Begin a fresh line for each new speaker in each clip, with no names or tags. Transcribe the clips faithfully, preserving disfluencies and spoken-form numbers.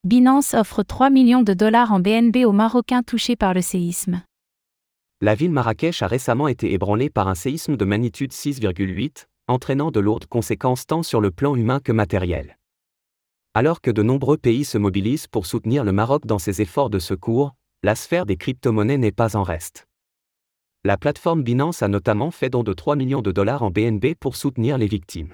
Binance offre trois millions de dollars en B N B aux Marocains touchés par le séisme.
La ville Marrakech a récemment été ébranlée par un séisme de magnitude six virgule huit, entraînant de lourdes conséquences tant sur le plan humain que matériel. Alors que de nombreux pays se mobilisent pour soutenir le Maroc dans ses efforts de secours, la sphère des crypto-monnaies n'est pas en reste. La plateforme Binance a notamment fait don de trois millions de dollars en B N B pour soutenir les victimes.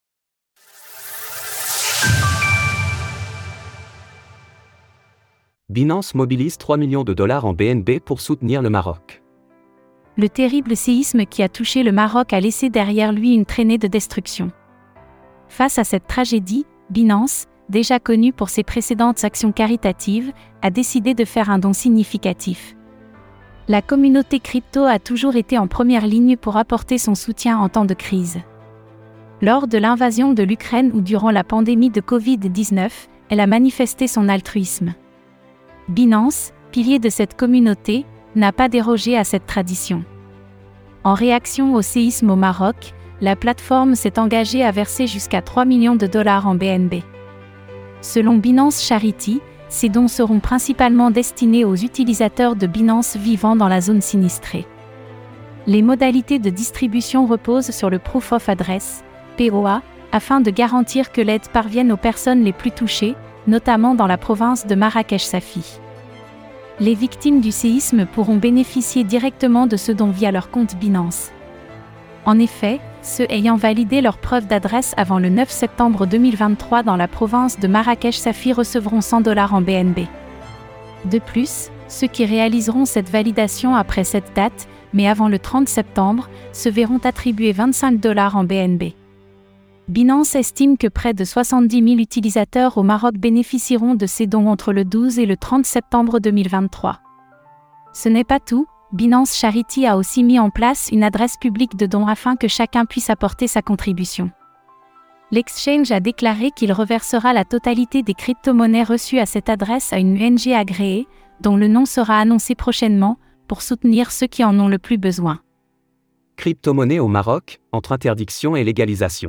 Binance mobilise trois millions de dollars en B N B pour soutenir le Maroc.
Le terrible séisme qui a touché le Maroc a laissé derrière lui une traînée de destruction. Face à cette tragédie, Binance, déjà connue pour ses précédentes actions caritatives, a décidé de faire un don significatif. La communauté crypto a toujours été en première ligne pour apporter son soutien en temps de crise. Lors de l'invasion de l'Ukraine ou durant la pandémie de covid dix-neuf, elle a manifesté son altruisme. Binance, pilier de cette communauté, n'a pas dérogé à cette tradition. En réaction au séisme au Maroc, la plateforme s'est engagée à verser jusqu'à trois millions de dollars en B N B. Selon Binance Charity, ces dons seront principalement destinés aux utilisateurs de Binance vivant dans la zone sinistrée. Les modalités de distribution reposent sur le Proof of Address, P O A, afin de garantir que l'aide parvienne aux personnes les plus touchées, notamment dans la province de Marrakech-Safi. Les victimes du séisme pourront bénéficier directement de ce don via leur compte Binance. En effet, ceux ayant validé leur preuve d'adresse avant le neuf septembre deux mille vingt-trois dans la province de Marrakech-Safi recevront cent dollars en B N B. De plus, ceux qui réaliseront cette validation après cette date, mais avant le trente septembre, se verront attribuer vingt-cinq dollars en B N B. Binance estime que près de soixante-dix mille utilisateurs au Maroc bénéficieront de ces dons entre le douze et le trente septembre deux mille vingt-trois. Ce n'est pas tout, Binance Charity a aussi mis en place une adresse publique de dons afin que chacun puisse apporter sa contribution. L'exchange a déclaré qu'il reversera la totalité des crypto-monnaies reçues à cette adresse à une O N G agréée, dont le nom sera annoncé prochainement, pour soutenir ceux qui en ont le plus besoin.
Crypto-monnaie au Maroc, entre interdiction et légalisation.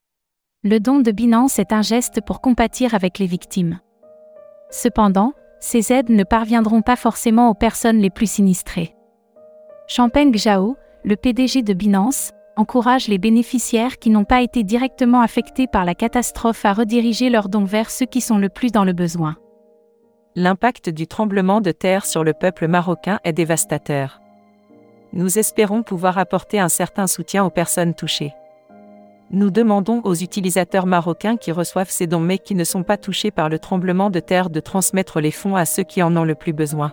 Le don de Binance est un geste pour compatir avec les victimes. Cependant, ces aides ne parviendront pas forcément aux personnes les plus sinistrées. Changpeng Zhao, le P D G de Binance, encourage les bénéficiaires qui n'ont pas été directement affectés par la catastrophe à rediriger leurs dons vers ceux qui sont le plus dans le besoin.
L'impact du tremblement de terre sur le peuple marocain est dévastateur. Nous espérons pouvoir apporter un certain soutien aux personnes touchées. Nous demandons aux utilisateurs marocains qui reçoivent ces dons mais qui ne sont pas touchés par le tremblement de terre de transmettre les fonds à ceux qui en ont le plus besoin.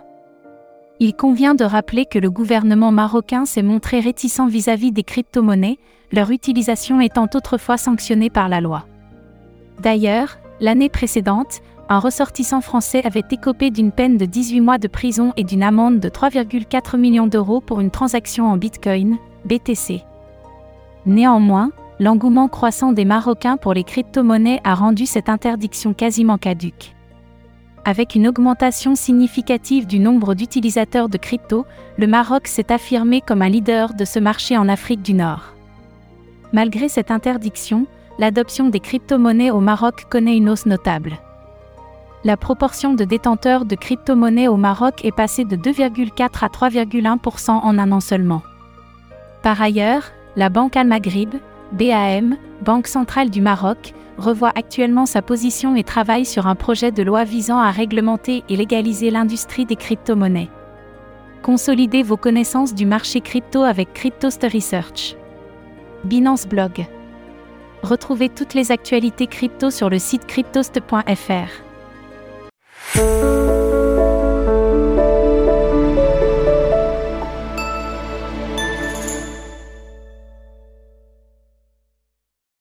Il convient de rappeler que le gouvernement marocain s'est montré réticent vis-à-vis des crypto-monnaies, leur utilisation étant autrefois sanctionnée par la loi. D'ailleurs, l'année précédente, un ressortissant français avait écopé d'une peine de dix-huit mois de prison et d'une amende de trois virgule quatre millions d'euros pour une transaction en Bitcoin, B T C. Néanmoins, l'engouement croissant des Marocains pour les crypto-monnaies a rendu cette interdiction quasiment caduque. Avec une augmentation significative du nombre d'utilisateurs de crypto, le Maroc s'est affirmé comme un leader de ce marché en Afrique du Nord. Malgré cette interdiction, l'adoption des crypto-monnaies au Maroc connaît une hausse notable. La proportion de détenteurs de crypto-monnaies au Maroc est passée de deux virgule quatre à trois virgule un pour cent en un an seulement. Par ailleurs, la Banque Al-Maghrib, B A M, Banque centrale du Maroc, revoit actuellement sa position et travaille sur un projet de loi visant à réglementer et légaliser l'industrie des crypto-monnaies. Consolidez vos connaissances du marché crypto avec Cryptost Research. Binance Blog. Retrouvez toutes les actualités crypto sur le site cryptost point f r.